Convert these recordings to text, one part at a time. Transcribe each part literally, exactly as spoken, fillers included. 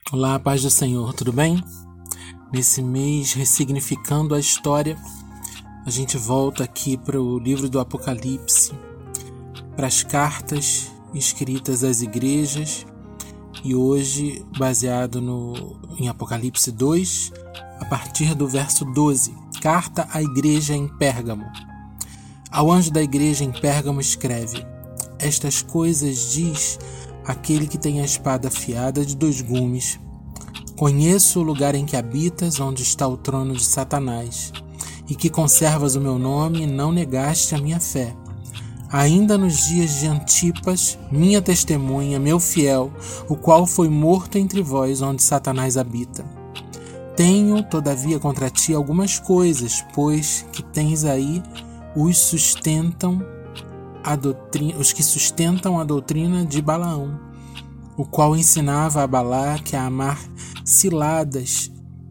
Olá, paz do Senhor, tudo bem? Nesse mês, ressignificando a história, a gente volta aqui para o livro do Apocalipse, para as cartas escritas às igrejas, e hoje, baseado no, em Apocalipse dois, a partir do verso doze, carta à igreja em Pérgamo. Ao anjo da igreja em Pérgamo escreve: estas coisas diz aquele que tem a espada afiada de dois gumes. Conheço o lugar em que habitas, onde está o trono de Satanás, e que conservas o meu nome e não negaste a minha fé. Ainda nos dias de Antipas, minha testemunha, meu fiel, o qual foi morto entre vós, onde Satanás habita. Tenho, todavia, contra ti algumas coisas, pois que tens aí os sustentam a doutrina, os que sustentam a doutrina de Balaão, o qual ensinava a Balaque a amar ciladas,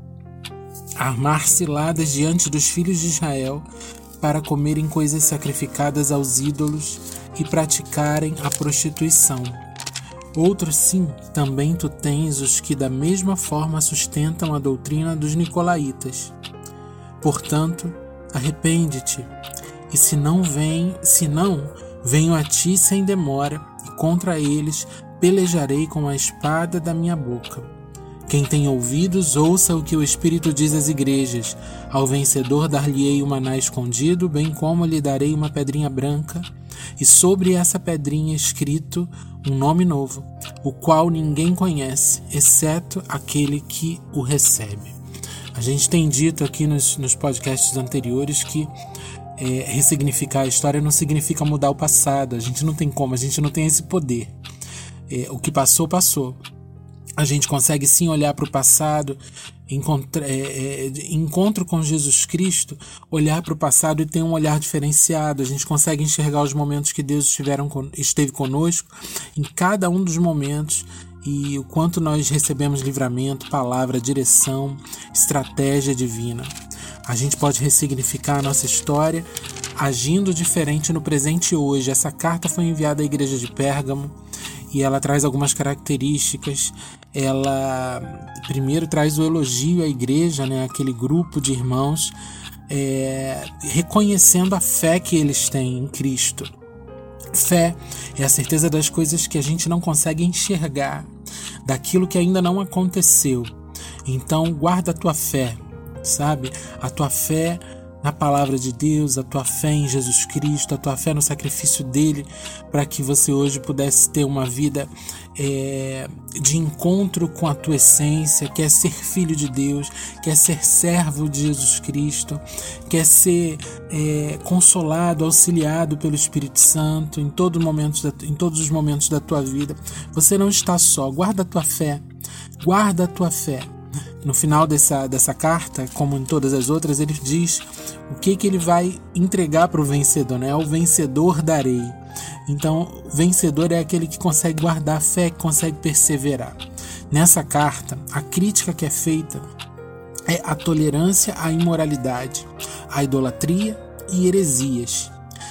a armar ciladas diante dos filhos de Israel para comerem coisas sacrificadas aos ídolos e praticarem a prostituição. Outros sim, também tu tens os que da mesma forma sustentam a doutrina dos nicolaítas. Portanto, arrepende-te, e se não vem, se não, venho a ti sem demora, e contra eles pelejarei com a espada da minha boca. Quem tem ouvidos, ouça o que o Espírito diz às igrejas. Ao vencedor dar-lhe-ei o maná escondido, bem como lhe darei uma pedrinha branca, e sobre essa pedrinha escrito um nome novo, o qual ninguém conhece, exceto aquele que o recebe. A gente tem dito aqui nos, nos podcasts anteriores que é, ressignificar a história não significa mudar o passado. A gente não tem como, a gente não tem esse poder. É, o que passou, passou. A gente consegue sim olhar para o passado, encontra, é, é, encontro com Jesus Cristo, olhar para o passado e ter um olhar diferenciado. A gente consegue enxergar os momentos que Deus estiveram, esteve conosco em cada um dos momentos, e o quanto nós recebemos livramento, palavra, direção, estratégia divina. A gente pode ressignificar a nossa história agindo diferente no presente hoje. Essa carta foi enviada à igreja de Pérgamo e ela traz algumas características. Ela primeiro traz o elogio à igreja, né, aquele grupo de irmãos, é, reconhecendo a fé que eles têm em Cristo. Fé é a certeza das coisas que a gente não consegue enxergar, daquilo que ainda não aconteceu. Então guarda a tua fé, sabe? A tua fé na palavra de Deus, a tua fé em Jesus Cristo, a tua fé no sacrifício dele, para que você hoje pudesse ter uma vida é, de encontro com a tua essência, quer ser filho de Deus, quer ser servo de Jesus Cristo, quer ser é, consolado, auxiliado pelo Espírito Santo em, todo momento da, em todos os momentos da tua vida. Você não está só, guarda a tua fé, guarda a tua fé. No final dessa, dessa carta, como em todas as outras, ele diz o que, que ele vai entregar para o vencedor, né? Ao vencedor darei. Então, vencedor é aquele que consegue guardar a fé, que consegue perseverar. Nessa carta, a crítica que é feita é a tolerância à imoralidade, à idolatria e heresias.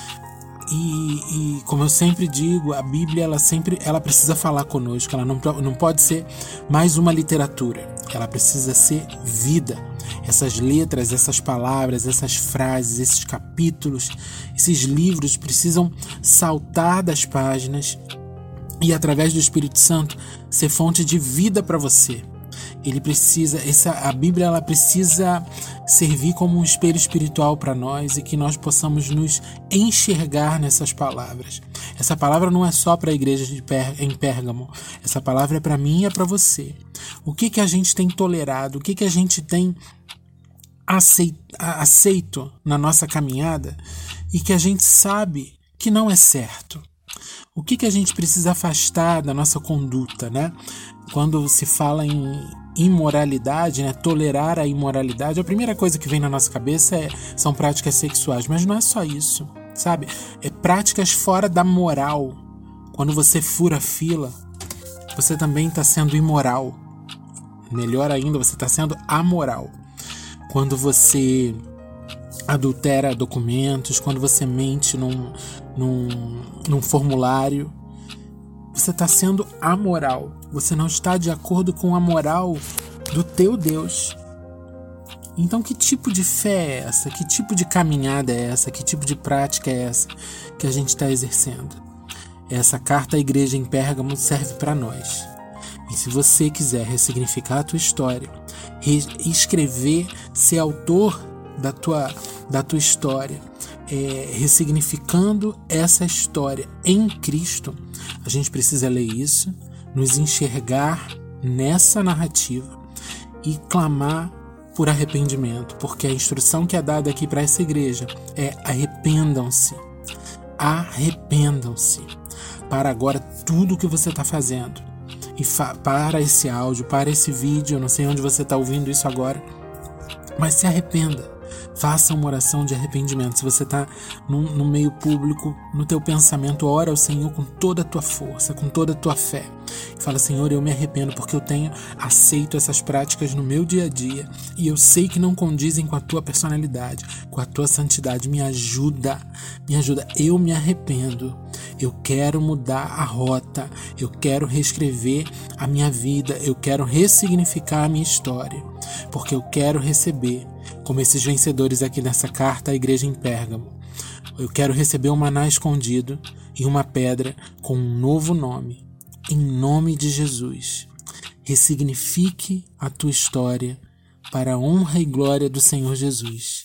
E, e como eu sempre digo, a Bíblia ela sempre ela precisa falar conosco. Ela não, não pode ser mais uma literatura. Ela precisa ser vida. Essas letras, essas palavras, essas frases, esses capítulos, esses livros precisam saltar das páginas e, através do Espírito Santo, ser fonte de vida para você. Ele precisa, essa, a Bíblia ela precisa servir como um espelho espiritual para nós, e que nós possamos nos enxergar nessas palavras. Essa palavra não é só para a igreja de Per, em Pérgamo. Essa palavra é para mim e é para você. O que, que a gente tem tolerado? O que, que a gente tem aceito, aceito na nossa caminhada e que a gente sabe que não é certo? O que, que a gente precisa afastar da nossa conduta, né? Quando se fala em imoralidade, né, tolerar a imoralidade, a primeira coisa que vem na nossa cabeça é, são práticas sexuais, mas não é só isso, sabe? É práticas fora da moral. Quando você fura fila, você também está sendo imoral. Melhor ainda, você está sendo amoral. Quando você adultera documentos, quando você mente num, num, num formulário, você está sendo amoral. você não está de acordo com a moral do teu Deus. Então que tipo de fé é essa? Que tipo de caminhada é essa? Que tipo de prática é essa que a gente está exercendo? Essa carta à igreja em Pérgamo serve para nós. E se você quiser ressignificar a tua história, escrever, ser autor da tua, da tua história, é, ressignificando essa história em Cristo, a gente precisa ler isso, nos enxergar nessa narrativa e clamar por arrependimento, porque a instrução que é dada aqui para essa igreja é: arrependam-se, arrependam-se. Para agora tudo o que você está fazendo, e fa- para esse áudio, para esse vídeo, eu não sei onde você está ouvindo isso agora, mas se arrependa. Faça uma oração de arrependimento. Se você está no, no meio público, no teu pensamento, ora ao Senhor com toda a tua força, com toda a tua fé. E fala: Senhor, eu me arrependo porque eu tenho aceito essas práticas no meu dia a dia e eu sei que não condizem com a tua personalidade, com a tua santidade. Me ajuda, me ajuda. Eu me arrependo. Eu quero mudar a rota. Eu quero reescrever a minha vida. Eu quero ressignificar a minha história. Porque eu quero receber, como esses vencedores aqui nessa carta à igreja em Pérgamo, eu quero receber um maná escondido e uma pedra com um novo nome. Em nome de Jesus, ressignifique a tua história para a honra e glória do Senhor Jesus.